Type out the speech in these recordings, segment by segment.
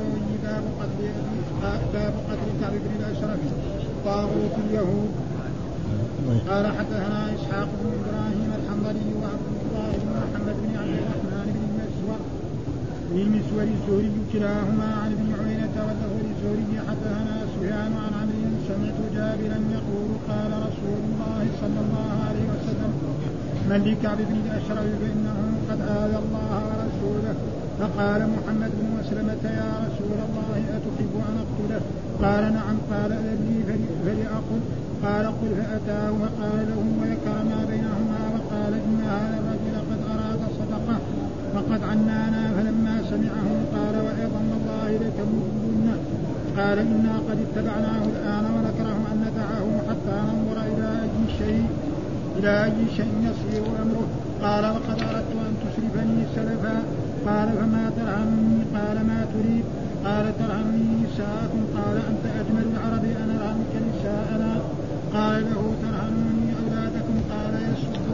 النووي باب قتل كعب بن الأشرف طاغوت اليهود. قال حدثنا إسحاق بن إبراهيم الحنظلي وعبد الله بن محمد بن عبد الرحمن بن المسور الزهري كلاهما عن ابن عيينة واللفظ الزهري حدثنا سفيان عن عمرو سمعت جابرا يقول قال رسول الله صلى الله عليه وسلم من لكعب بن الأشرف فإنه قد آذى الله ورسوله. فقال محمد بن مسلمة يا رسول الله أتحب أن أقتله؟ قال نعم. قال أذن لي فلأقل. قال قل. فأتاه وقال له وذكر ما بينهما وقال إن هذا الرجل قد أراد صدقة وقد عنانا. فلما سمعه قال وأيضا والله لتموتن. قال إنا قد اتبعناه الآن ونكره أن ندعه حتى ننظر إلى أي شيء يصير أمره. قال وقد أردت أن تسرفني سلفا. قال فما ترهمني؟ قال ما تريد؟ قال ترهمني نساءكم. قال أنت أجمل العرب أنا أرهمك نساءنا. قال له ترهمني أولادكم. قال يسب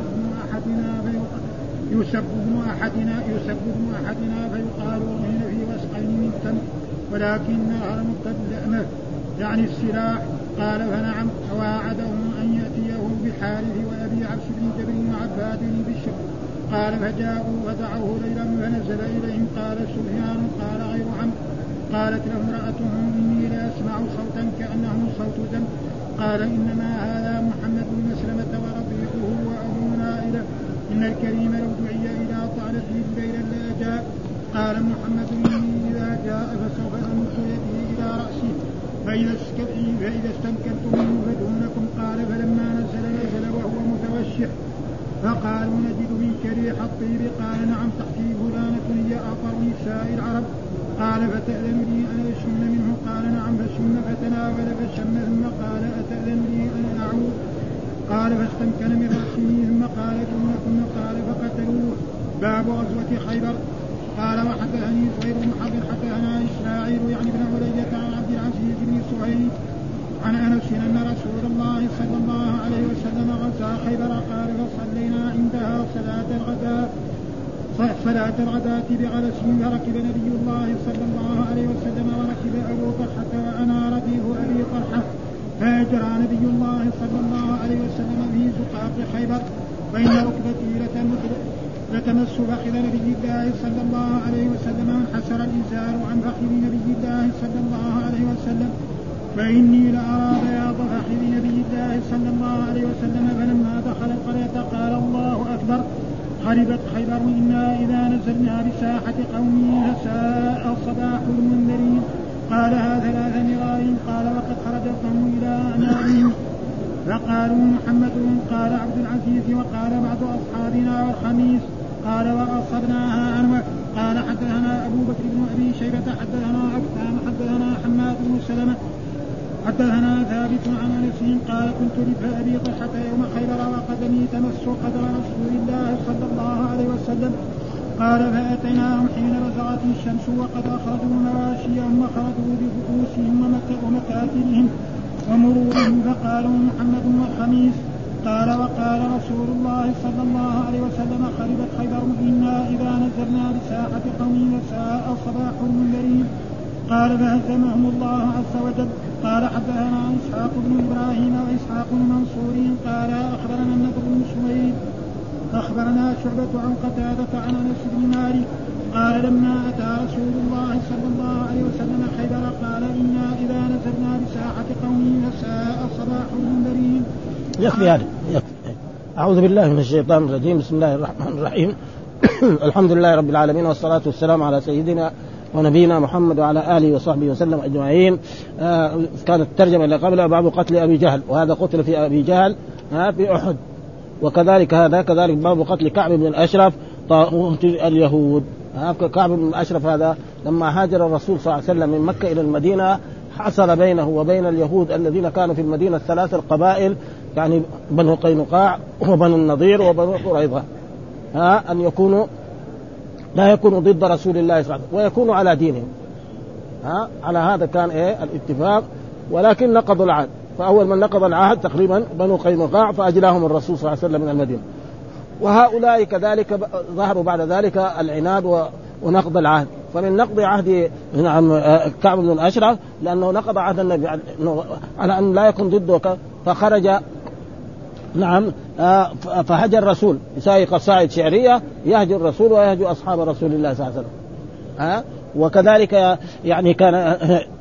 ابن أحدنا فيقال رهن في وسقين من تمر ولكن الهرم قد لأمه يعني السلاح. قال فنعم. وواعدهم أن يأتيه بحارث وأبي عبس بن جبل وعباد بن بشر. قال فجاءوا ودعوه ليلا فنزل إليهم. قال سفيان قال غير عمرو. قالت له امرأته إني لا أسمع صوتا كأنه صوت دم. قال إنما هذا محمد بن مسلمة ورفيقه وأبو نائلة. إن الكريم لو دعي إلى طعنة ليلا لأجاب. قال محمد إني إذا جاء فسوف أمد يدي إلى رأسي فإذا استنكرت منه فدونكم. قال فلما نزل وهو متوشح فقالوا نجد منك ريح الطيب. قال نعم تحتي فلانة هي أطر نساء العرب. قال فتأذن لي أن أشم منه؟ قال نعم. فشم فتناول فشم ثم قال أتأذن لي أن أعود؟ قال فاستمكن من رأسه ثم قال دونكم. قال فقتلوه. باب غزوة خيبر. قال وحدثني زهير بن حرب حدثنا إسماعيل يعني بن علية عن عبد العزيز بن سهيل عن أنس أن رسول الله صلى الله عليه وسلم غزا خيبر. قال فصلينا عندها صلاة الغداة بغلس. فركب نبي الله صلى الله عليه وسلم وركب أبو طلحة وأنا رديف أبي طلحة. فأجرى نبي الله صلى الله عليه وسلم في زقاق خيبر فإن ركبتي لتمس فخذ نبي الله صلى الله عليه وسلم وانحسر الإزار عن فخذ نبي الله صلى الله عليه وسلم فإني لأرى بياض فخذ نبي الله صلى الله عليه وسلم. فلما دخل القرية قال الله أكبر خربت خيبر إنا إذا نزلنا بساحة قومي فساء صباح المنذرين. قال ثلاث مرار. قال وقد خرج القوم إلى أنامهم فقالوا محمد. قال عبد العزيز وقال بعض أصحابنا والخميس. قال وأصبناها عنوة. قال حدثنا أبو بكر بن أبي شيبة حدثنا أكثام حدثنا حماد بن سلمة حدثنا ثابت عن أنس قال كنت لأبي طلحة يوم خيبر وقدمي تمس قدم رسول الله صلى الله عليه وسلم. قال فأتيناهم حين بزغت الشمس وقد أخرجوا مواشيهم وخرجوا بفؤوسهم ومكاتبهم ومرورهم فقالوا محمد والخميس. قال وقال رسول الله صلى الله عليه وسلم خربت خيبر إنا إذا نزلنا بساحة قوم وساء صباح المنذرين. قال فهزمهم الله عز وجل. قال حدثنا إسحاق بن إبراهيم وإسحاق بن منصور قال أخبرنا النضر بن سويد أخبرنا شعبة عن قتادة عن أنس بن مالك قال لما أتى رسول الله صلى الله عليه وسلم خيبر قال إنا إذا نزلنا بساحة قوم فساء صباح المنذرين. يكفي هذا. أعوذ بالله من الشيطان الرجيم. بسم الله الرحمن الرحيم. الحمد لله رب العالمين والصلاة والسلام على سيدنا ونبينا محمد وعلى آله وصحبه وسلم أجمعين. كانت الترجمة اللي قبلها باب قتل أبي جهل وهذا قتل في أبي جهل في أحد. وكذلك كذلك باب قتل كعب بن الأشرف طاغوت اليهود. كعب بن الأشرف هذا لما هاجر الرسول صلى الله عليه وسلم من مكة إلى المدينة حصل بينه وبين اليهود الذين كانوا في المدينة 3 القبائل يعني بنو قينقاع وبنو النضير وبنو قريظة أن يكونوا لا يكونوا ضد رسول الله صلى الله عليه وسلم ويكونوا على دينهم. على هذا كان الاتفاق ولكن نقضوا العهد. فأول من نقض العهد تقريبا بنو قينقاع فأجلاهم الرسول صلى الله عليه وسلم من المدينة. وهؤلاء كذلك ظهروا بعد ذلك العناد ونقض العهد فمن نقض عهد نعم كعب بن الأشرف لأنه نقض عهد النبي على أن لا يكون ضده، فخرج نعم فهجر الرسول يساوي قصائد شعرية يهجر الرسول ويهجر أصحاب رسول الله صلى الله عليه وسلم. وكذلك يعني كان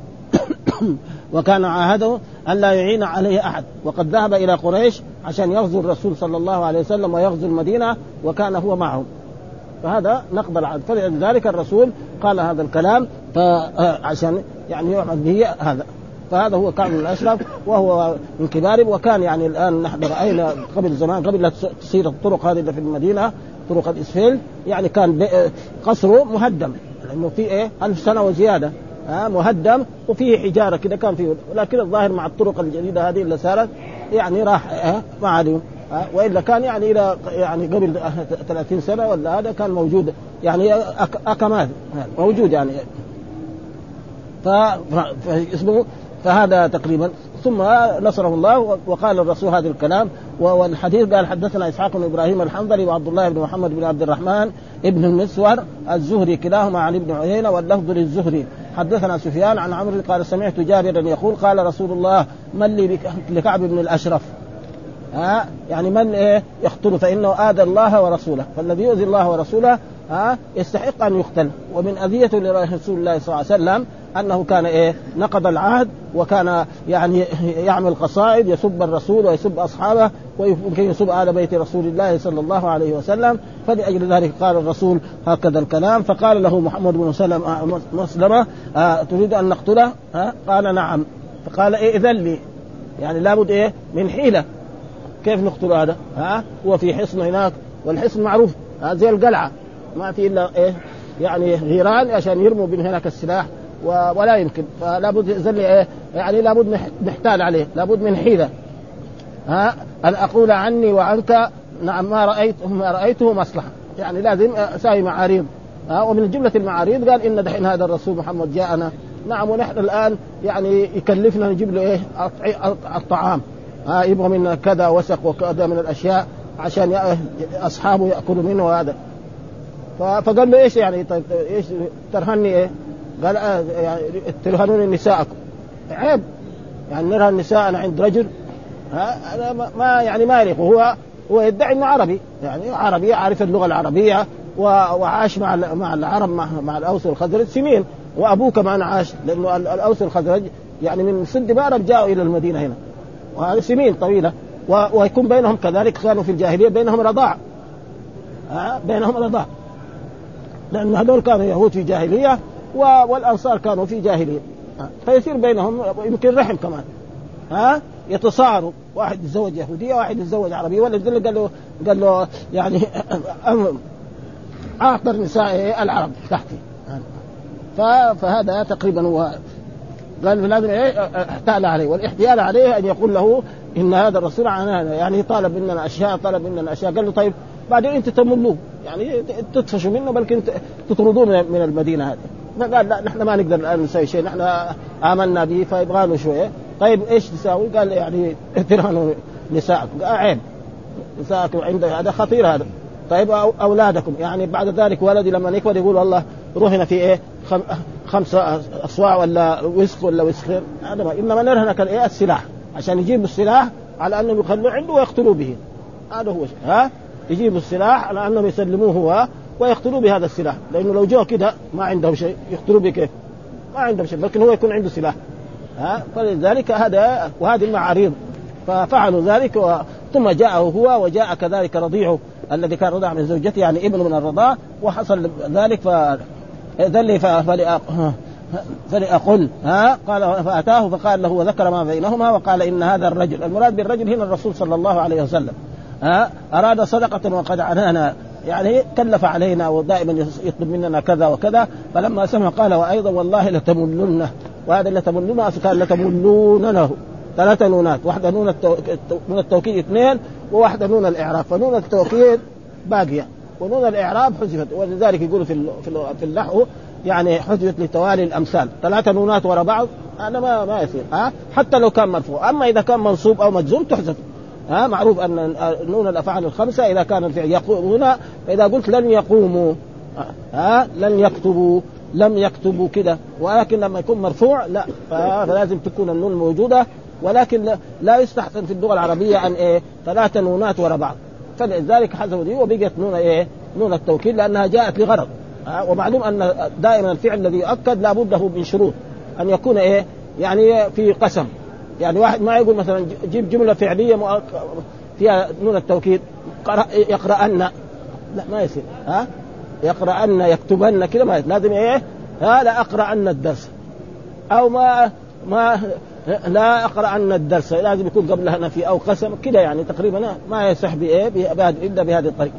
وكان عاهده أن لا يعين عليه أحد، وقد ذهب إلى قريش عشان يغزو الرسول صلى الله عليه وسلم ويغزو المدينة وكان هو معهم، فهذا نقض العهد. فلذلك الرسول قال هذا الكلام عشان يعني يعمل به هذا. فهذا هو كعب بن الأشرف وهو من كبارهم. وكان يعني الآن نحن رأينا قبل زمان قبل لا تصير الطرق هذه اللي في المدينة طرق الإسفل يعني كان قصره مهدم لأنه في 1000 سنة وزيادة مهدم وفيه حجارة كده كان فيه، ولكن الظاهر مع الطرق الجديدة هذه اللي صارت يعني راح ما عليهم. وإلا كان يعني إلى يعني قبل 30 سنة ولا هذا كان موجود يعني أكمال موجود يعني فاسمه. فهذا تقريبا ثم نصره الله وقال الرسول هذا الكلام. والحديث قال حدثنا إسحاق بن إبراهيم الحنظلي وعبد الله بن محمد بن عبد الرحمن ابن المسور الزهري كلاهما عن ابن عيينة واللفظ للزهري. حدثنا سفيان عن عمرو قال سمعت جابرا يقول قال رسول الله من لي لكعب بن الأشرف يعني من يقتل فإنه آذى الله ورسوله، فالذي يؤذي الله ورسوله يستحق أن يقتل. ومن أذيته لرسول الله صلى الله عليه وسلم أنه كان نقض العهد وكان يعني يعمل قصائد يسب الرسول ويسب أصحابه ويمكن يسب آل بيت رسول الله صلى الله عليه وسلم. فلأجل ذلك قال الرسول هكذا الكلام. فقال له محمد بن مسلمة تريد أن نقتله؟ قال نعم. فقال إذن لي يعني لابد من حيلة كيف نقتل هذا. هو في حصن هناك والحصن معروف زي القلعة ما في إلا يعني غيران عشان يرموا من هناك السلاح ولا يمكن. فلابد زل يعني لابد نحتال عليه لابد من حيلة أن أقول عني وعنك نعم ما رأيته مصلحة يعني لازم أساوي معاريض. ومن جملة المعاريض قال إن دحين هذا الرسول محمد جاءنا نعم ونحن الآن يعني يكلفنا نجيب له الطعام يبغى منا كذا وسق وكذا من الأشياء عشان أصحابه يأكلوا منه وهذا. فقال له إيش يعني طيب إيش ترهني قال يعني ترهنون نساءكم عيب يعني نرهن نساءنا عند رجل أنا ما يعني ما يليق. هو يدعي إنه عربي يعني عربي عارف اللغة العربية وعاش مع العرب مع الأوس والخزرج سنين وأبوه كمان عاش لأنه الأوس والخزرج يعني من سد بارب جاءوا إلى المدينة هنا وهذه سنين طويلة. ويكون بينهم كذلك كانوا في الجاهلية بينهم رضاع بينهم رضاع لأن هذول كانوا يهود في جاهلية والأنصار كانوا في جاهلية فيصير بينهم يمكن رحم كمان يتصاروا واحد يتزوج يهودية واحد يتزوج عربية. ولذلك قال له يعني أعطر نساء العرب تحتي. فهذا تقريبا هو قال لازم احتال عليه. والاحتيال عليه أن يقول له إن هذا الرسول عنانا يعني طالب مننا أشياء قال له طيب بعدين أنت تملوه يعني تدفشوا منه بل كنت تطردوه من المدينة هذه. قال لا نحن ما نقدر الآن نسوي شيء نحن آمنا به فيبغى له شوية. طيب إيش تساوي؟ قال يعني ترهنوا نساءكم. عيب نساءكم عند هذا خطير هذا. طيب أولادكم يعني بعد ذلك ولدي لما يكبر يقول والله روحنا في 5 أصواع ولا وسق ولا وسخين هذا ما إنما نرهنك السلاح عشان يجيب السلاح على أنهم يخلوه عنده ويقتلوا به. هذا هو يجيب السلاح على أنهم يسلموه هو ويقتلوا بهذا السلاح لأنه لو جاء كده ما عندهم شيء يقتلوا به كيف ما عندهم شيء لكن هو يكون عنده سلاح. فلذلك هذا وهذه المعاريض ففعلوا ذلك. ثم جاءه هو وجاء كذلك رضيعه الذي كان رضع من زوجته يعني ابن من الرضاع وحصل ذلك فذل فلأقل قال فأتاه فقال له وذكر ما بينهما وقال إن هذا الرجل المراد بالرجل هنا الرسول صلى الله عليه وسلم أراد صدقة وقد عنانا يعني كلف علينا ودائما يطلب مننا كذا وكذا. فلما سمع قال وأيضا والله لتملونه وهذا لتملونه كان لتملون له 3 نونات واحدة نون التوكيد 2 وواحدة نون الإعراب. فنون التوكيد باقية ونون الإعراب حذفت ولذلك يقولوا في النحو يعني حذفت لتوالي الأمثال 3 نونات وراء بعض أنا ما يصير حتى لو كان مرفوع. أما إذا كان منصوب أو مجزوم تحذف. معروف أن نون الأفعال ال5 إذا كان الفعل يقومون فإذا قلت لن يقوموا لن يكتبوا لم يكتبوا كده، ولكن لما يكون مرفوع لا، فلازم تكون النون موجودة. ولكن لا يستحسن في اللغة العربية أن 3 نونات وراء بعض، فلذلك حذفوا دي وبقت نون نون التوكيد لأنها جاءت لغرض. ومعلوم أن دائما الفعل الذي يؤكد لا بد له من شروط، أن يكون يعني في قسم. يعني واحد ما يقول مثلا جيب جملة فعلية فيها نون التوكيد يقرأن، لا ما يصير. يقرأن يكتبن كده ما لازم لا أقرأن الدرس، أو ما لا أقرأن الدرس، لازم يكون قبلها نفي أو قسم كده، يعني تقريبا ما يصح إلا بهذه الطريقة.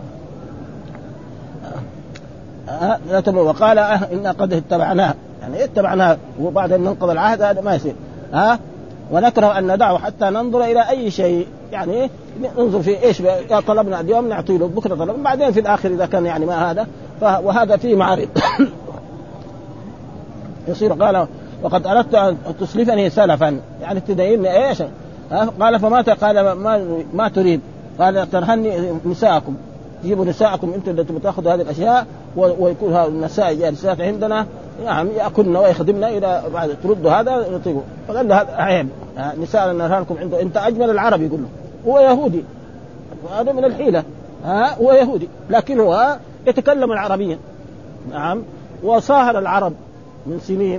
وقال إن قد اتبعناه، يعني اتبعناه وبعد أن ننقض العهد هذا ما يصير. ونكره أن ندعه حتى ننظر إلى أي شيء، يعني ننظر في إيش طلبنا اليوم نعطي له، بكرة طلبنا، بعدين في الآخر إذا كان يعني ما هذا وهذا فيه معارض. يصير قال وقد أردت أن تسلفني سلفا، يعني تديني إيش. قال فما قال ما تريد؟ قال ترهني نساءكم، تجيبوا نساءكم أنتم اللي تأخذوا هذه الأشياء، ويكون النساء جالسات عندنا يعني يأكلنا ويخدمنا، إلى بعد تردوا هذا نطيقوا. فقال له هذا عيب، نساء نرهنكم عنده، أنت أجمل العرب. يقول له هو يهودي، هذا من الحيلة. هو يهودي لكن هو يتكلم العربية، نعم، وصاهر العرب من سنين.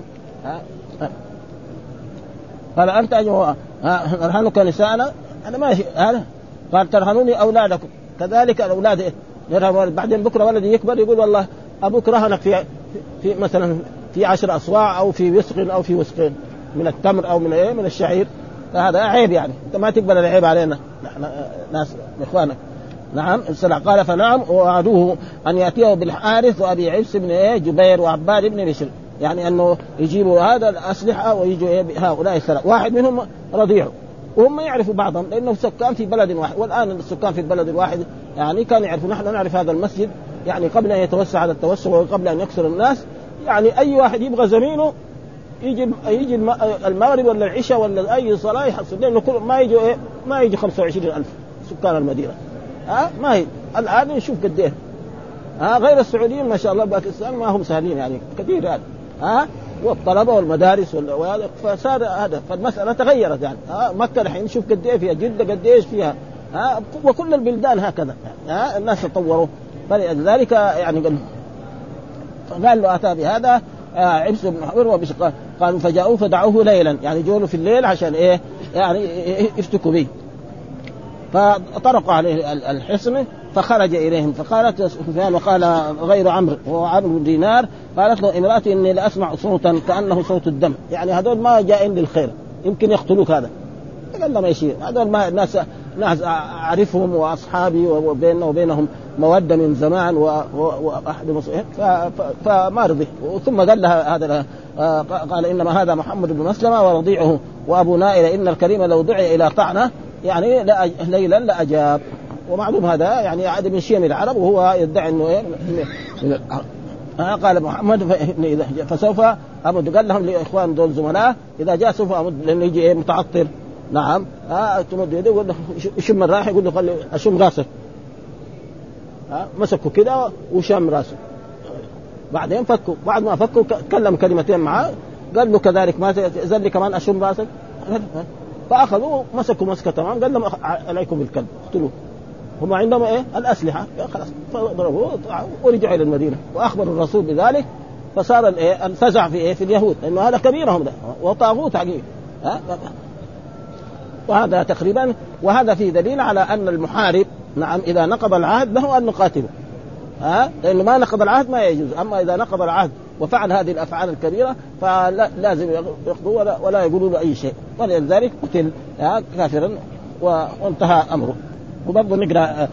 قال أنت نرهنك نساءنا، أنا ماشي. قال ترهنوني أولادكم، كذلك الأولاد بعدين بكرة ولدي يكبر يقول والله أبوك رهنك في مثلا في 10 أصواع أو في وسق أو في وسقين من التمر أو من الشعير، فهذا عيب. يعني أنت ما تقبل العيب علينا نحن ناس إخوانك. نعم السلع. قال فنعم، ووعدوه أن يأتيه بالحارث وأبي عبس بن جبير وعباد بن بشر، يعني أنه يجيبوا هذا الأسلحة ويجوا هؤلاء الثلاث، واحد منهم رضيع، وهم يعرفوا بعضهم لأنه سكان في بلد واحد. والآن السكان في البلد الواحد يعني كانوا يعرفوا، نحن نعرف هذا المسجد يعني قبل أن يتوسع هذا التوسع وقبل أن يكثر الناس، يعني أي واحد يبغى زمينه يجي المغرب ولا العشاء ولا أي صلاة يحصل، لأنه كل ما يجي 25,000 سكان المدينة. ما هي الآن نشوف قد إيه. غير السعوديين ما شاء الله باكستان ما هم سهلين يعني كثير يعني. والطلبة والمدارس فصار هذا، فالمسألة تغيرت يعني. مكة الحين نشوف قد إيه فيها، جدة قد إيش فيها. وكل البلدان هكذا يعني. الناس تطوروا، فلذلك يعني قال له أتى بهذا عبس بن حبر وبشقاء. قالوا فجاءوه فدعوه ليلا، يعني جولوا في الليل عشان يعني يفتكوا به. فطرقوا عليه الحصن فخرج إليهم. فقالت سفيان وقال غير عمرو وعمرو بن دينار قالت له امرأتي إني لأسمع صوتا كأنه صوت الدم، يعني هذول ما جائين للخير، يمكن يقتلوك. هذا قال ما يشير، هذول ما ناس أعرفهم وأصحابي وبيننا وبينهم مودة من زمان وأحد مصير، فما رضي. ثم قال لها هذا قال إنما هذا محمد بن مسلمة ورضيعه وأبو نائلة، إن الكريم لو دعي إلى طعنة يعني ليلا لأجاب. ومعلوم هذا يعني عاد من شيم العرب، وهو يدعي انه قال محمد فسوف امد. قال لهم لاخوان دول زملاء اذا جاء سوف امد، لانه يجي متعطر. نعم تمد يده يقول له شم الرايح، يقول له خلي اشم راسك. مسكوا كده وشم راسه. بعدين فكوا، بعد ما فكوا كلم كلمتين معاه، قال له كذلك ما تأذن لي كمان اشم راسك. فاخذوا مسكوا مسكه تمام، قال لهم عليكم بالكلب اقتلوه. هم عندهم الأسلحة، خلاص فضربوه ورجعوا إلى المدينة وأخبروا الرسول بذلك. فصار الفزع في اليهود، لأنه هذا كبيرهم ده وطاغوت حقيقي. وهذا تقريبا، وهذا فيه دليل على أن المحارب نعم إذا نقض العهد له أن نقاتله. لأنه ما نقض العهد ما يجوز، أما إذا نقض العهد وفعل هذه الأفعال الكبيرة فلازم يأخذوا ولا يقولوا له أي شيء. ولذلك قتل كافرا وانتهى أمره. وبرضه نقرأ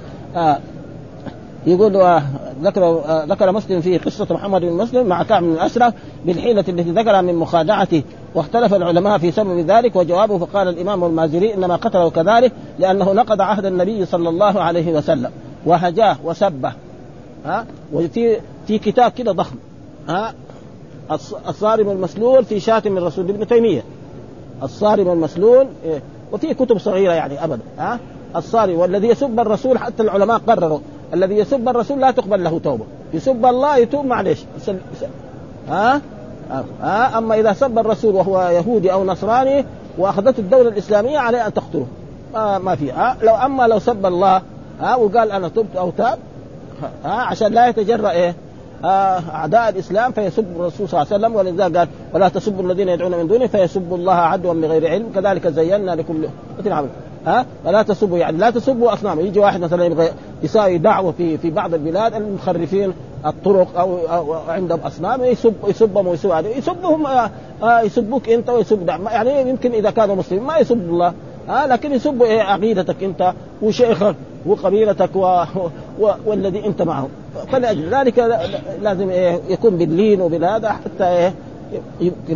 يقول ذكر مسلم في قصة محمد بن مسلم مع كعب بن الأشرف بالحيلة التي ذكرها من مخادعته، واختلف العلماء في سبب ذلك وجوابه. فقال الإمام المازري إنما قتله كذلك لأنه نقض عهد النبي صلى الله عليه وسلم وهجاه وسبه. وفي كتاب كده ضخم الصارم المسلول في شاتم الرسول ابن تيمية، الصارم المسلول. وفي كتب صغيرة يعني أبدا الصارم. والذي يسب الرسول حتى العلماء قرروا الذي يسب الرسول لا تقبل له توبة، يسب الله يتوب معليش أما إذا سب الرسول وهو يهودي أو نصراني وأخذته الدولة الإسلامية عليه أن تقتله ما في. لو سب الله وقال أنا تبت أو تاب عشان لا يتجرأ أعداء الإسلام فيسب الرسول صلى الله عليه وسلم، ولذا قال ولا تسبوا الذين يدعون من دونه فيسبوا الله عدوا بغير علم كذلك زينا لكل أمة عمل. فلا تسبوا يعني لا تسبوا أصنام. يجي واحد مثلا يبغى يساوي دعوة في بعض البلاد المخرفين الطرق أو عندهم أصنام يسبهم يسبهم يسبوك أنت ويسب يعني يمكن إذا كانوا مسلمين ما يسب الله لكن يسبوا عقيدتك أنت وشيخك وقبيلتك والذي أنت معه. فلأجل ذلك لازم يكون باللين وبالهذا حتى يمكن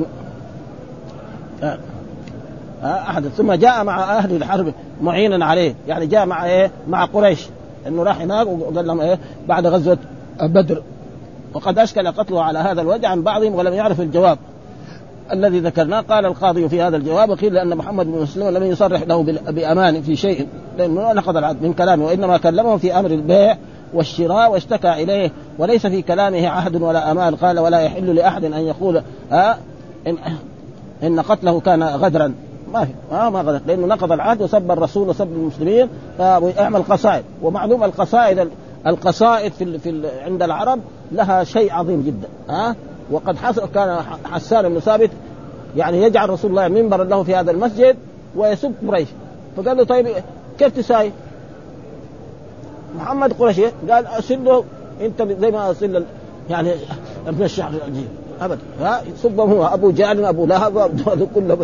أحد. ثم جاء مع أهل الحرب معينا عليه، يعني جاء مع قريش إنه راح هناك وقال لهم بعد غزوة بدر، وقد أشكل قتله على هذا الوجه عن بعضهم ولم يعرف الجواب الذي ذكرناه. قال القاضي في هذا الجواب وقيل لأن محمد بن مسلم لم يصرح له بأمان في شيء لأنه نقض العهد من كلامه، وإنما كلمه في أمر البيع والشراء واشتكى إليه وليس في كلامه عهد ولا أمان. قال ولا يحل لأحد أن يقول إن قتله كان غدرا، ما في ما غدر لأنه نقض العهد وسب الرسول وسب المسلمين فيعمل قصائد. ومعلوم القصائد في عند العرب لها شيء عظيم جدا. وقد كان حسان بن ثابت يعني يجعل رسول الله منبرا له في هذا المسجد ويسب قريش، فقال له طيب كيف تساي محمد قريشي؟ قال أسله أنت زي ما أسل يعني ابن الشعر الجيل أبدا. سبهم هو أبو جهل أبو لهب كله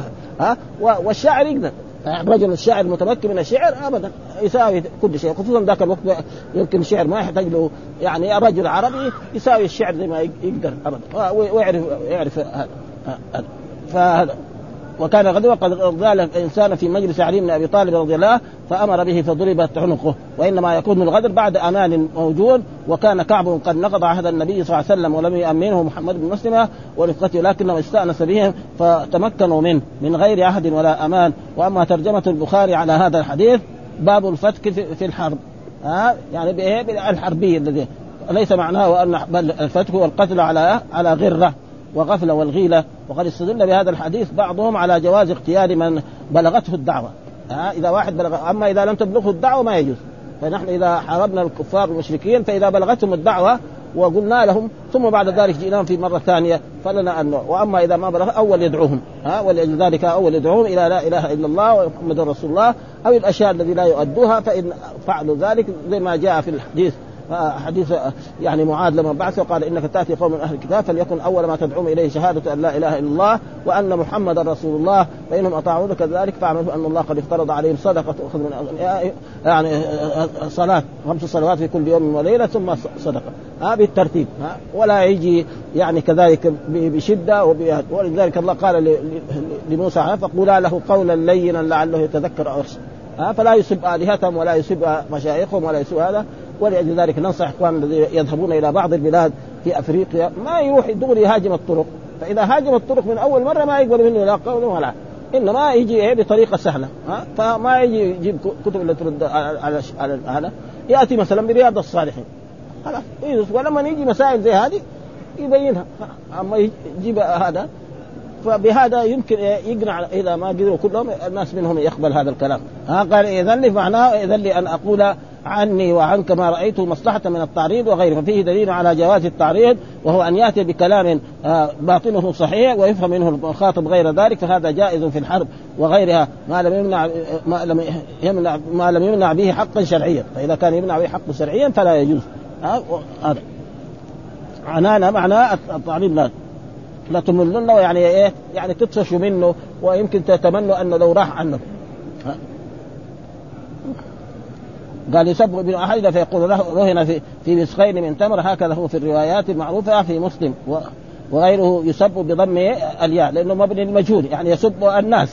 والشاعر يقدر الرجل الشاعر المتمكن من الشعر أبدا يساوي كل شيء، خصوصا ذاك الوقت يمكن الشعر ما يحتاج له يعني رجل عربي يساوي الشعر زي ما يقدر أبدا ويعرف هذا. فهذا وكان غدوة قد قال الإنسان في مجلس علي بن أبي طالب رضي الله فأمر به فضربت عنقه، وإنما يكون الغدر بعد أمان موجود. وكان كعب قد نقض عهد النبي صلى الله عليه وسلم ولم يأمنه محمد بن مسلمة ورفقته لكنه استأنس بهم فتمكنوا منه من غير عهد ولا أمان. وأما ترجمة البخاري على هذا الحديث باب الفتك في الحرب يعني بإيه الحربية الذي ليس معناه أن بل الفتك والقتل على غرة وغفلة والغيلة. وقد استدل بهذا الحديث بعضهم على جواز اختيار من بلغته الدعوة إذا واحد بلغ. أما إذا لم تبلغه الدعوة ما يجوز. فنحن إذا حاربنا الكفار المشركين فإذا بلغتهم الدعوة وقلنا لهم ثم بعد ذلك جئناهم في مرة ثانية فلنا أن. وأما إذا ما بلغ أول يدعوهم ولذلك أول يدعوهم إلى لا إله إلا الله ومحمد رسول الله أو الأشياء الذي لا يؤدوها فإن فعلوا ذلك زي ما جاء في الحديث حديث يعني معاذ لما بعثه قال إنك تأتي قوم من أهل الكتاب فليكن أول ما تدعوهم إليه شهادة أن لا إله إلا الله وأن محمد رسول الله فإنهم أطاعوك كذلك فاعلموا أن الله قد افترض عليهم صدقة تؤخذ من يعني صلاة 5 صلوات في كل يوم وليلة ثم صدقة بالترتيب ولا يجي يعني كذلك بشدة. ولذلك الله قال لموسى فقولا له قولا لينا لعله يتذكر أو يخشى فلا يسب آلهتهم ولا يسب مشايخهم ولا يسب هذا. ولأجل ذلك ننصح إخواننا الذين يذهبون إلى بعض البلاد في أفريقيا ما يروح دغري يهاجم الطرق، فإذا هاجم الطرق من أول مرة ما يقبل منه لا قول ولا إنما يجي بطريقة سهلة فما يجيب كتب اللي ترد على هذا. يأتي مثلا برياض الصالحين خلاص ولما يجي مسائل زي هذه يبينها. أما يجيب هذا فبهذا يمكن يقنع إذا ما قدروا كلهم الناس منهم يقبل هذا الكلام. قال إذن لي معناه إذن لي أن أقول عني وعنك ما رأيته مصلحة من التعريض وغيره. ففيه دليل على جواز التعريض وهو أن يأتي بكلام باطنه صحيح ويفهم منه المخاطب غير ذلك فهذا جائز في الحرب وغيرها ما لم يمنع به حقا شرعيا. فإذا كان يمنع به حقا شرعيا فلا يجوز. هذا عنانا معناه التعريض لا تملونه يعني يعني تطفشوا منه ويمكن تتمنوا أنه لو راح عنه. قال يسب ابن أحد فيقول له رهن في مسخين من تمر هكذا هو في الروايات المعروفة في مسلم وغيره يسب بضم الياء لأنه مبني المجهول يعني يسب الناس.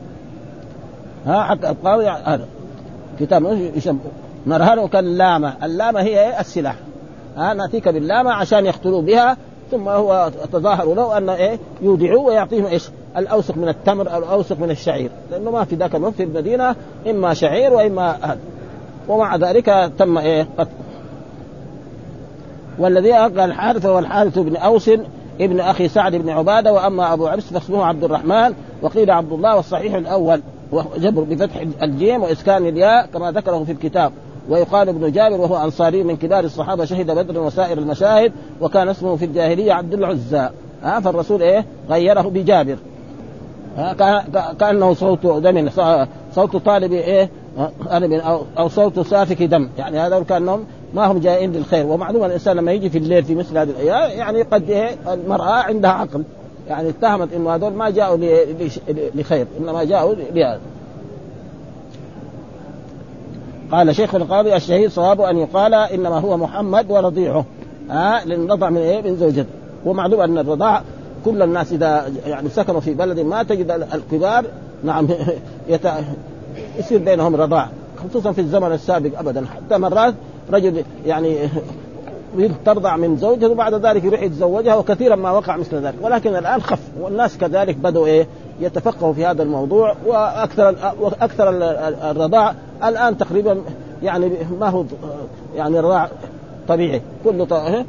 حق القاضي هذا كتاب يسب نرهنه كاللامة. اللامة هي السلاح نأتيك باللامة عشان يقتلوا بها ثم هو تظاهروا له أن يودعوه ويعطيهم الأوسق من التمر أو الأوسق من الشعير لأنه ما في ذاك الوقت في المدينة إما شعير وإما هذا. ومع ذلك تم قتل. والذي قال الحارث هو الحارث بن أوس ابن أخي سعد بن عبادة، وأما أبو عبس فاسمه عبد الرحمن، وقيل عبد الله، والصحيح الأول وجبر بفتح الجيم وإسكان الياء كما ذكره في الكتاب. ويقال ابن جابر وهو أنصاري من كبار الصحابة، شهد بدر وسائر المشاهد، وكان اسمه في الجاهلية عبد العزى. فالرسول غيره بجابر، كأنه صوت دم، صوت طالب أو صوت سافك دم، يعني هذا كأنهم ما هم جائين للخير. ومعلوم الإنسان لما يجي في الليل في مثل هذه الأيام يعني قد المرأة عندها عقل، يعني اتهمت إنه هذول ما جاءوا لخير، إنما جاءوا لهذا. قال شيخ القاضي الشهيد صوابه أن يقال إنما هو محمد ورضيعه، لأن رضع من زوجته. ومعلوم أن الرضاع كل الناس إذا يعني سكنوا في بلد ما تجد الكبار نعم يصير بينهم رضاع، خصوصا في الزمن السابق أبدا. حتى مرات رجل يعني ترضع من زوجته وبعد ذلك يروح يتزوجها، وكثيرا ما وقع مثل ذلك. ولكن الآن خف، والناس كذلك بدأوا يتفقهوا في هذا الموضوع، وأكثر الرضاع الآن تقريبا يعني ما هو يعني رضاع طبيعي، كله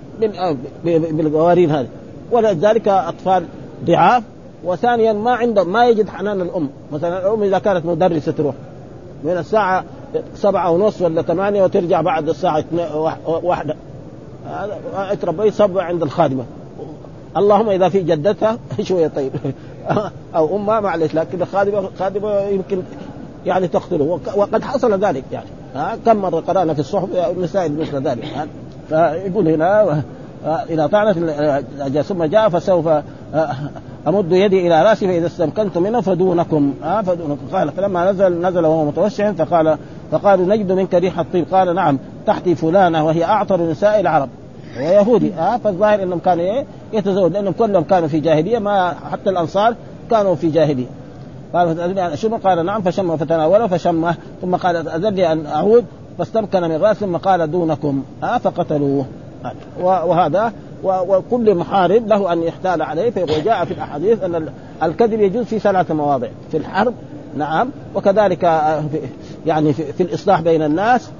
بالقوارير هذه. ولذلك أطفال ضعاف، وثانيا ما عندهم ما يجد حنان الأم. مثلا الأم إذا كانت مدرسة تروح من الساعة 7:30 ولا 8 وترجع بعد الساعة 1، اتربي صبع عند الخادمة، اللهم إذا في جدتها شوية طيب أو أمها معلش، لكن الخادمة يمكن يعني تقتله، وقد حصل ذلك يعني. كم مرة قرأنا في الصحف المسائل مثل ذلك. فيقول هنا إذا طعنت ثم جاء فسوف أمد يدي إلى رأسي فإذا استمكنت منه فدونكم. قال فلما نزل وهو متوشع فقالوا نجد منك ريح الطيب. قال نعم تحتي فلانة وهي أعطر نساء العرب ويهودي. فالظاهر أنهم كانوا يتزوج، لأنهم كلهم كانوا في جاهلية، ما حتى الأنصار كانوا في جاهلية. قال شم، قال نعم فشم فتناوله فشمه، ثم قال أذن لي أن أعود فاستمكن من رأسه، ثم قال دونكم فقتلوه. وهذا وكل محارب له أن يحتال عليه. وجاء في الأحاديث أن الكذب يجوز في 3 مواضع: في الحرب نعم، وكذلك يعني في الإصلاح بين الناس،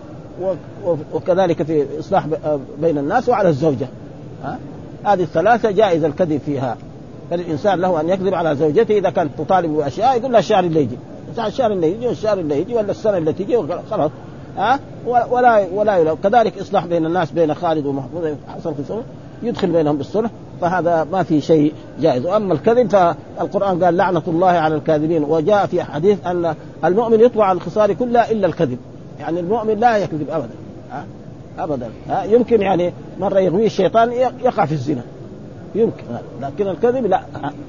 وكذلك في إصلاح بين الناس، وعلى الزوجة. هذه ال3 جائز الكذب فيها. فالإنسان له أن يكذب على زوجته إذا كانت تطالب بأشياء، يقول لها الشهر اللي يجي، الشهر اللي يجي والشهر اللي يجي ولا السنة اللي تيجي خلاص. ولا كذلك إصلاح بين الناس، بين خالد ومحمود حصل خصوم يدخل بينهم بالصلح، فهذا ما في شيء جائز. وأما الكذب فالقرآن قال لعنة الله على الكاذبين. وجاء في حديث أن المؤمن يطبع على الخصال كلها إلا الكذب، يعني المؤمن لا يكذب أبدا أبدا. يمكن يعني مرة يغوي الشيطان يقع في الزنا يمكن، لكن الكذب لا.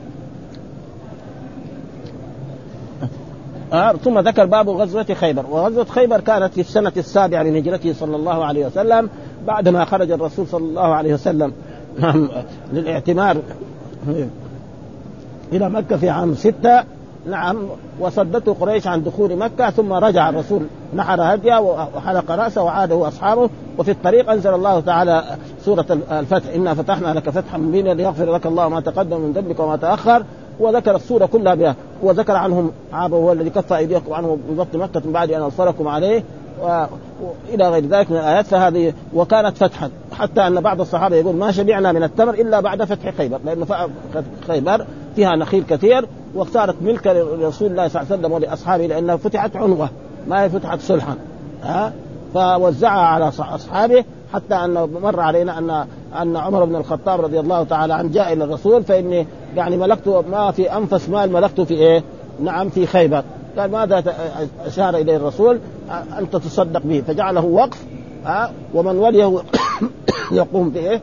ثم ذكر باب غزوة خيبر. وغزوة خيبر كانت في السنة 7 من هجرته صلى الله عليه وسلم، بعدما خرج الرسول صلى الله عليه وسلم للاعتمار إلى مكة في عام 6 نعم، وصدته قريش عن دخول مكة. ثم رجع الرسول نحر هديه وحلق رأسه وعاده أصحابه. وفي الطريق أنزل الله تعالى سورة الفتح: إنا فتحنا لك فتحا مبينا ليغفر لك الله ما تقدم من ذنبك وما تأخر. وذكر السورة كلها بها، وذكر عنهم عابه هو الذي كف أيديكم عنه ببطن مكة من بعد أن أظفركم عليه، وإلى غير ذلك من الآيات. فهذه وكانت فتحا، حتى أن بعض الصحابة يقول ما شبعنا من التمر إلا بعد فتح خيبر، لأن خيبر فيها نخيل كثير، وصارت ملك لرسول الله صلى الله عليه وسلم ولأصحابه، لأنها فتحت عنوة ما هي فتحت صلحا. فوزعها على أصحابه، حتى أن مر علينا أن عمر بن الخطاب رضي الله تعالى عنه جاء إلى الرسول: فإني يعني ملكت ما في أنفس مال ملكت في إيه؟ نعم في خيبر. قال ماذا أشار إليه الرسول؟ أن تتصدق به، فجعله وقف، ومن وليه يقوم بإيه؟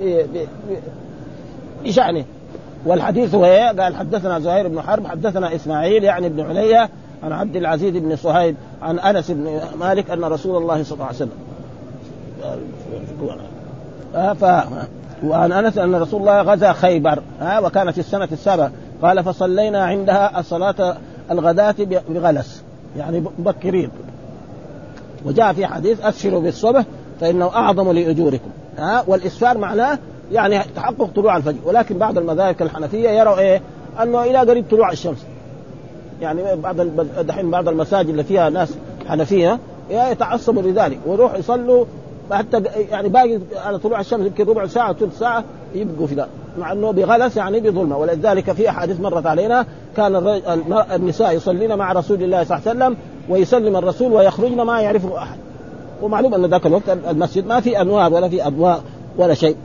بشأنه. والحديث هو إيه؟ قال حدثنا زهير بن حرب حدثنا إسماعيل يعني بن علية عن عبد العزيز بن صهيب عن أنس بن مالك أن رسول الله صلى الله عليه وسلم وعن أنس أن رسول الله غزا خيبر وكانت في السنة 7. قال فصلينا عندها الصلاة الغداة بغلس، يعني مبكرين. وجاء في حديث أسفروا بالصبح فإنه أعظم لأجوركم. والإسفار معناه يعني تحقق طلوع الفجر. ولكن بعض المذاهب كالحنفية يروا إيه؟ أنه إلى قريب طلوع الشمس. يعني بعض المساجد اللي فيها ناس حنفية يتعصبوا لذلك ويروح يصلوا حتى يعني باقي على طلوع الشمس يمكن ربع ساعة ثلث ساعة يبقوا في ذا. مع أنه بغلس يعني بظلمة. ولذلك في أحاديث مرت علينا كان النساء يصلين مع رسول الله صلى الله عليه وسلم ويسلم الرسول ويخرجن ما يعرفه أحد، ومعلوم أن ذاك الوقت المسجد ما في أنوار ولا في أضواء ولا شيء،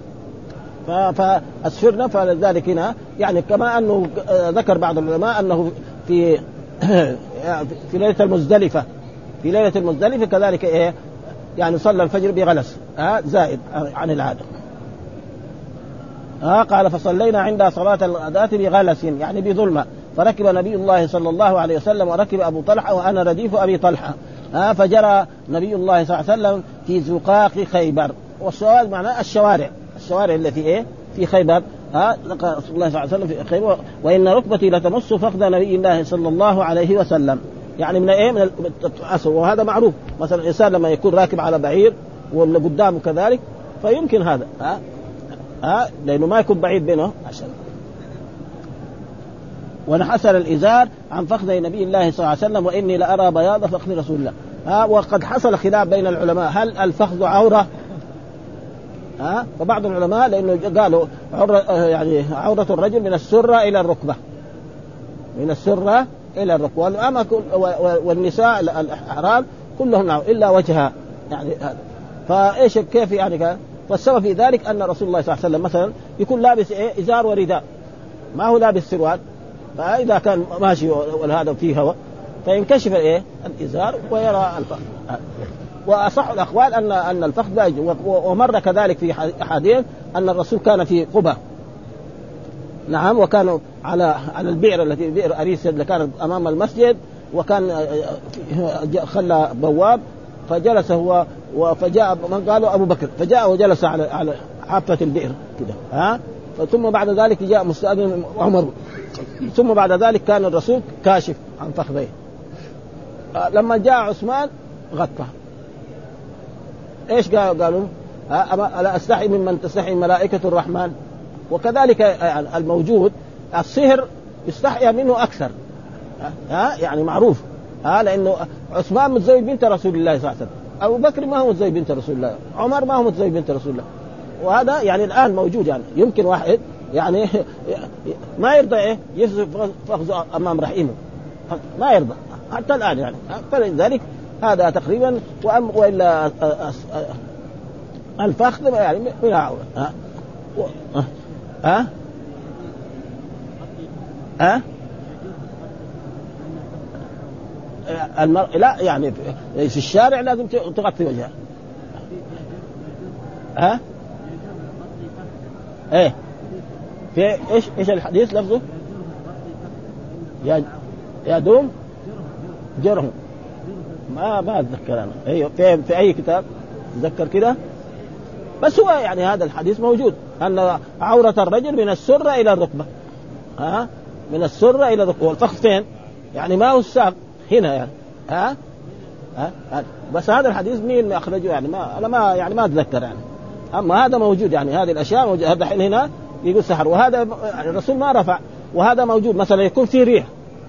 فأسفرنا. فلذلك هنا يعني كما أنه ذكر بعض العلماء أنه في ليلة المزدلفة، في ليلة المزدلفة كذلك إيه يعني صلى الفجر بغلس زائد عن العادة. قال فصلينا عند صلاة الغداة بغلس يعني بظلمة، فركب نبي الله صلى الله عليه وسلم وركب أبو طلحة وأنا رديف أبي طلحة، فجرى نبي الله صلى الله عليه وسلم في زقاق خيبر. والسؤال معناه الشوارع التي إيه في خيبر. لقى رسول الله صلى الله عليه وسلم في خيبر وإن ركبتي لتمس فخذ نبي الله صلى الله عليه وسلم، يعني من إيه من الأسر. وهذا معروف، مثلا الإنسان لما يكون راكب على بعير ولا قدامه كذلك فيمكن هذا لأنه ما يكون بعيد بينه عشان. ونحسر الإزار عن فخذ نبي الله صلى الله عليه وسلم وإني لأرى بياض فخذ رسول الله. وقد حصل خلاف بين العلماء هل الفخذ عورة؟ فبعض العلماء لأنه قالوا يعني عورة الرجل من السرة إلى الركبة، من السرة إلى الركبة، والنساء الأحرار كلهم إلا وجهها يعني هذا. فإيش كيف يعني كان؟ والسبب في ذلك أن رسول الله صلى الله عليه وسلم مثلا يكون لابس إزار ورداء، ما هو لابس سروال، فإذا كان ماشي وهذا فيه هواء فينكشف الإزار ويرى الفخذ. وأصح الأقوال أن الفخذ لا يجوز. ومر كذلك في أحاديث أن الرسول كان في قبة، نعم، وكانوا على البئر التي بئر أريس اللي كانت أمام المسجد، وكان خلى بواب فجلس هو فجاء من قالوا أبو بكر فجاء وجلس على حافة البئر كده ثم بعد ذلك جاء مستأذن عمر، ثم بعد ذلك كان الرسول كاشف عن فخذيه. لما جاء عثمان غطى. ايش قالوا ألا أستحي ممن تستحي ملائكة الرحمن؟ وكذلك الموجود الصهر يستحي منه أكثر، يعني معروف، لأنه عثمان متزوج بنت رسول الله صلى الله عليه وسلم، أبو بكر ما هو متزوج بنت رسول الله، عمر ما هو متزوج بنت رسول الله. وهذا يعني الآن موجود، يعني يمكن واحد يعني ما يرضى يفزع فخذه أمام رحيمه، ما يرضى حتى الآن يعني. فلذلك هذا تقريبا. وإلا الفخذ يعني من عورة. لا يعني في الشارع لازم تغطي وجهها. ايه في ايش الحديث لفظه؟ يا دوم جرهم، ما اتذكر انا. ايوه في اي كتاب اتذكر كده، بس هو يعني هذا الحديث موجود ان عورة الرجل من السرة الى الركبة، من السرة الى الركبة. والفخذ فين؟ يعني ما هو الساق هنا يعني. بس هذا الحديث مين اخرجه يعني؟ انا ما اتذكر يعني. اما هذا موجود، يعني هذه الاشياء موجودة. هذا الحين هنا يقول سحر، وهذا يعني الرسول ما رفع، وهذا موجود. مثلا يكون في ريح،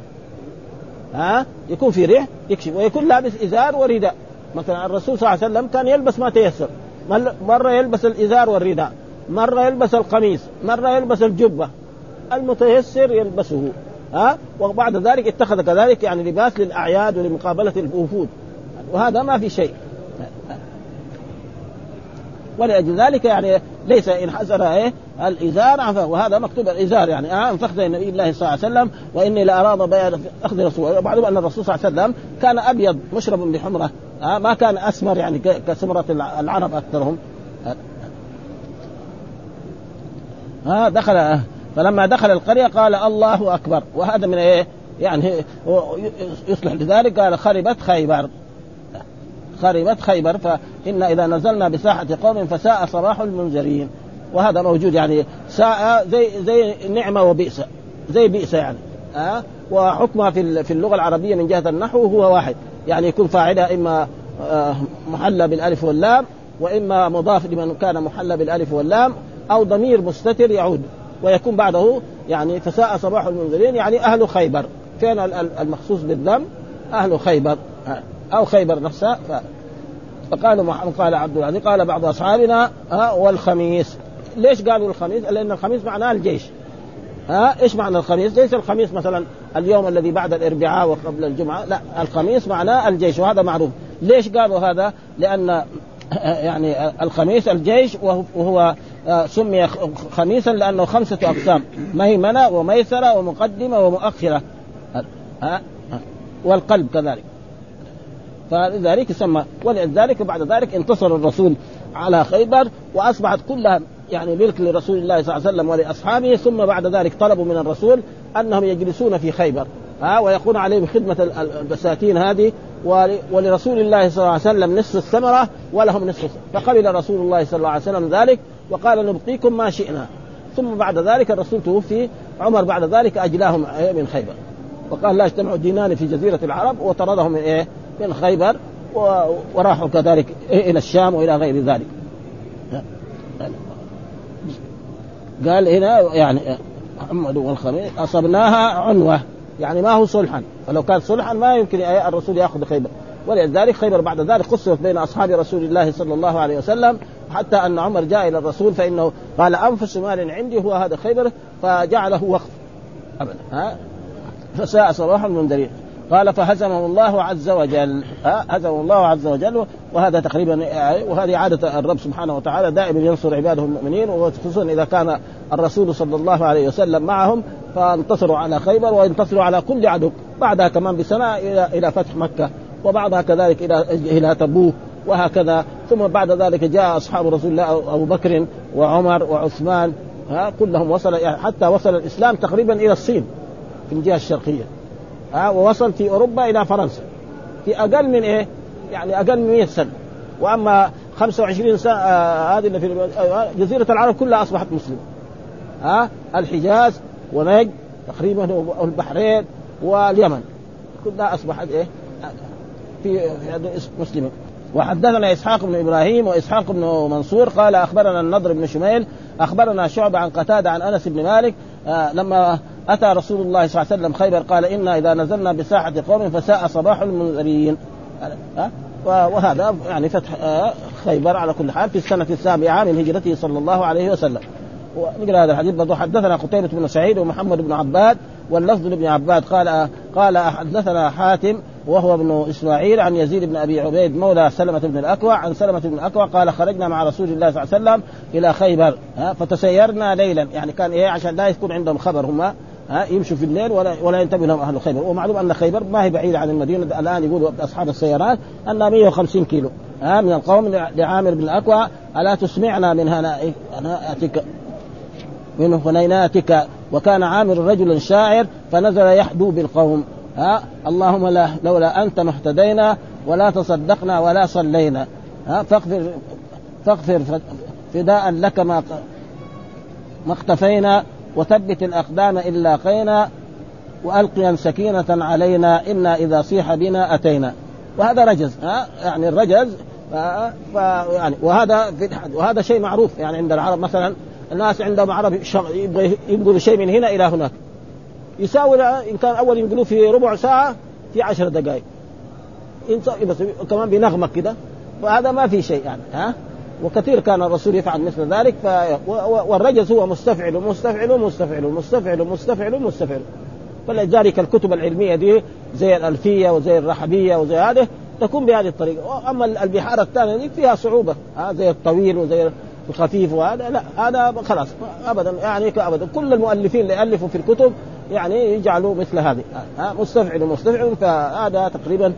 يكون في ريح يكشف، ويكون لابس إزار ورداء. مثلا الرسول صلى الله عليه وسلم كان يلبس ما تيسر، مرة يلبس الإزار والرداء، مرة يلبس القميص، مرة يلبس الجبة، المتيسر يلبسه. وبعد ذلك اتخذ كذلك يعني لباس للأعياد ولمقابلة الوفود، وهذا ما في شيء. ولأجل ذلك يعني ليس إن حسر الإزار، وهذا مكتوب الإزار يعني فخذ النبي الله صلى الله عليه وسلم وإني لأراد بيان أخذ رسول. وبعدهم أن الرسول صلى الله عليه وسلم كان أبيض مشرب بحمرة، ما كان أسمر يعني كسمرة العرب أكثرهم. دخل فلما دخل القرية قال الله أكبر، وهذا من يعني يصلح لذلك. قال خربت خيبر فإن إذا نزلنا بساحة قوم فساء صباح المنذرين. وهذا موجود يعني ساء زي نعمة وبئس، زي بئس يعني. وحكمها في اللغة العربية من جهة النحو هو واحد، يعني يكون فاعلها إما محلى بالألف واللام، وإما مضاف لمن كان محلى بالألف واللام، أو ضمير مستتر يعود ويكون بعده يعني فساء صباح المنذرين، يعني أهل خيبر. كان المخصوص بالذم أهل خيبر أو خيبر نفسها. فقال محمد قال عبد العزيز قال بعض أصحابنا والخميس، ليش قالوا الخميس؟ لأن الخميس معناه الجيش. إيش معنى الخميس؟ ليس الخميس مثلا اليوم الذي بعد الأربعاء وقبل الجمعة، لا، الخميس معناه الجيش، وهذا معروف. ليش قالوا هذا؟ لأن يعني الخميس الجيش، وهو سمي خميسا لأنه 5 أقسام: ميمنة وميسرة ومقدمة ومؤخرة، والقلب كذلك، فلذلك يسمى. ولذلك بعد ذلك انتصر الرسول على خيبر، وأصبحت كلها يعني ملك لرسول الله صلى الله عليه وسلم ولأصحابه. ثم بعد ذلك طلبوا من الرسول أنهم يجلسون في خيبر ويكون عليهم خدمة البساتين هذه، ولرسول الله صلى الله عليه وسلم نصف الثمرة ولهم نصف. فقبل رسول الله صلى الله عليه وسلم ذلك وقال: نبقيكم ما شئنا. ثم بعد ذلك الرسول توفي، عمر بعد ذلك أجلاهم من خيبر، وقال: لا يجتمع دينان في جزيرة العرب، وطردهم من خيبر، وراحوا كذلك إلى الشام وإلى غير ذلك. قال هنا يعني محمد والخميس أصبناها عنوة، يعني ما هو صلحا، فلو كان صلحا ما يمكن الرسول يأخذ خيبر. ولذلك خيبر بعد ذلك قسمت بين أصحاب رسول الله صلى الله عليه وسلم، حتى أن عمر جاء إلى الرسول فإنه قال: أنفس مال عندي هو هذا خيبر، فجعله وقف أبدا. فساء صباح المنذرين. قال: فهزمه الله عز وجل. هزمه الله عز وجل. وهذا تقريبا، وهذه عادة الرب سبحانه وتعالى دائما ينصر عباده المؤمنين، وخصوصا إذا كان الرسول صلى الله عليه وسلم معهم، فانتصروا على خيبر وانتصروا على كل عدو. بعدها كمان بسنة إلى فتح مكة، وبعدها كذلك إلى تبوك، وهكذا. ثم بعد ذلك جاء أصحاب رسول الله أبو بكر وعمر وعثمان، كلهم وصل، يعني حتى وصل الإسلام تقريبا إلى الصين في الجهة الشرقية، ووصل في أوروبا إلى فرنسا في أقل من يعني أقل من 100 سنة. وأما 25 سنة هذه اللي في جزيرة العرب كلها أصبحت مسلمة. الحجاز ونجد تقريبا والبحرين واليمن كلها أصبحت في مسلمين. وحدثنا إسحاق بن إبراهيم وإسحاق بن منصور قال: أخبرنا النضر بن شميل أخبرنا شعبة عن قتادة عن أنس بن مالك لما أتى رسول الله صلى الله عليه وسلم خيبر قال: إنا إذا نزلنا بساحة قوم فساء صباح المنذرين. وهذا يعني فتح خيبر على كل حال في السنة 7 من هجرته صلى الله عليه وسلم. ونقرأ هذا الحديث برضو. حدثنا قتيبة بن سعيد ومحمد بن عباد واللفظ لابن عباد قال حدثنا حاتم وهو ابن إسماعيل عن يزيد بن أبي عبيد مولى سلمة بن الأكوع عن سلمة بن الأكوع قال: خرجنا مع رسول الله صلى الله عليه وسلم إلى خيبر فتسيرنا ليلا، يعني كان عشان لا يكون عندهم خبر، هم يمشوا في الليل ولا ينتبه لهم أهل خيبر. ومعلوم أن خيبر ما هي بعيدة عن المدينة، الآن يقولوا أصحاب السيارات أنها 150 كيلو من القوم. لعامر بن الأكوع: ألا تسمعنا من هنائتك من هنيناتك؟ وكان عامر رجلا شاعر فنزل يحدو بالقوم: اللهم لولا أنت ما اهتدينا ولا تصدقنا ولا صلينا، فاغفر فداء لك ما اختفينا، وثبت الأقدام إن لاقينا، وألقيا سكينة علينا إنا إذا صيح بنا أتينا. وهذا رجز، يعني الرجز يعني وهذا شيء معروف يعني عند العرب. مثلا الناس عندهم عرب ينقلوا شيء من هنا إلى هناك، يساوي إن كان أول ينقلوه في ربع ساعة في 10 دقائق، بس كمان بنغمة كده، وهذا ما في شيء يعني. وكثير كان الرسول يفعل مثل ذلك. والرجز هو مستفعل ومستفعل ومستفعل ومستفعل ومستفعل ومستفعل. فلذلك الكتب العلمية دي زي الألفية وزي الرحبية وزي هذه تكون بهذه الطريقة. أما البحار الثانية دي فيها صعوبة، زي الطويل وزي الخفيف، وهذا لا، هذا خلاص أبدا يعني أبدا. كل المؤلفين اللي ألفوا في الكتب يعني يجعلوا مثل هذه مستفعل ومستفعل. فهذا تقريبا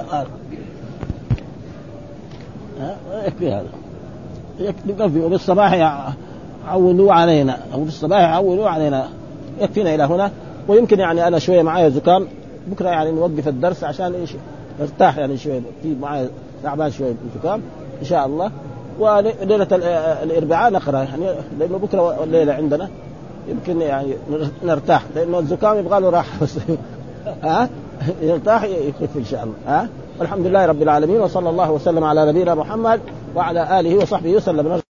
يكفي هذا، يكفي. وبالصباح عولوا علينا، أو بالصباح عولوا علينا. يكفينا إلى هنا. ويمكن يعني أنا شوية معايا زكام، بكرة يعني نوقف الدرس عشان نرتاح يعني شوية، في معايا تعبان شوية زكام إن شاء الله. وليلة الأربعاء نقرأ يعني، لأنه بكرة الليلة عندنا يمكن يعني نرتاح، لأنه الزكام يبغى له راحة بس يرتاح يخف إن شاء الله. والحمد لله رب العالمين، وصلى الله وسلم على نبينا محمد وعلى آله وصحبه وسلم.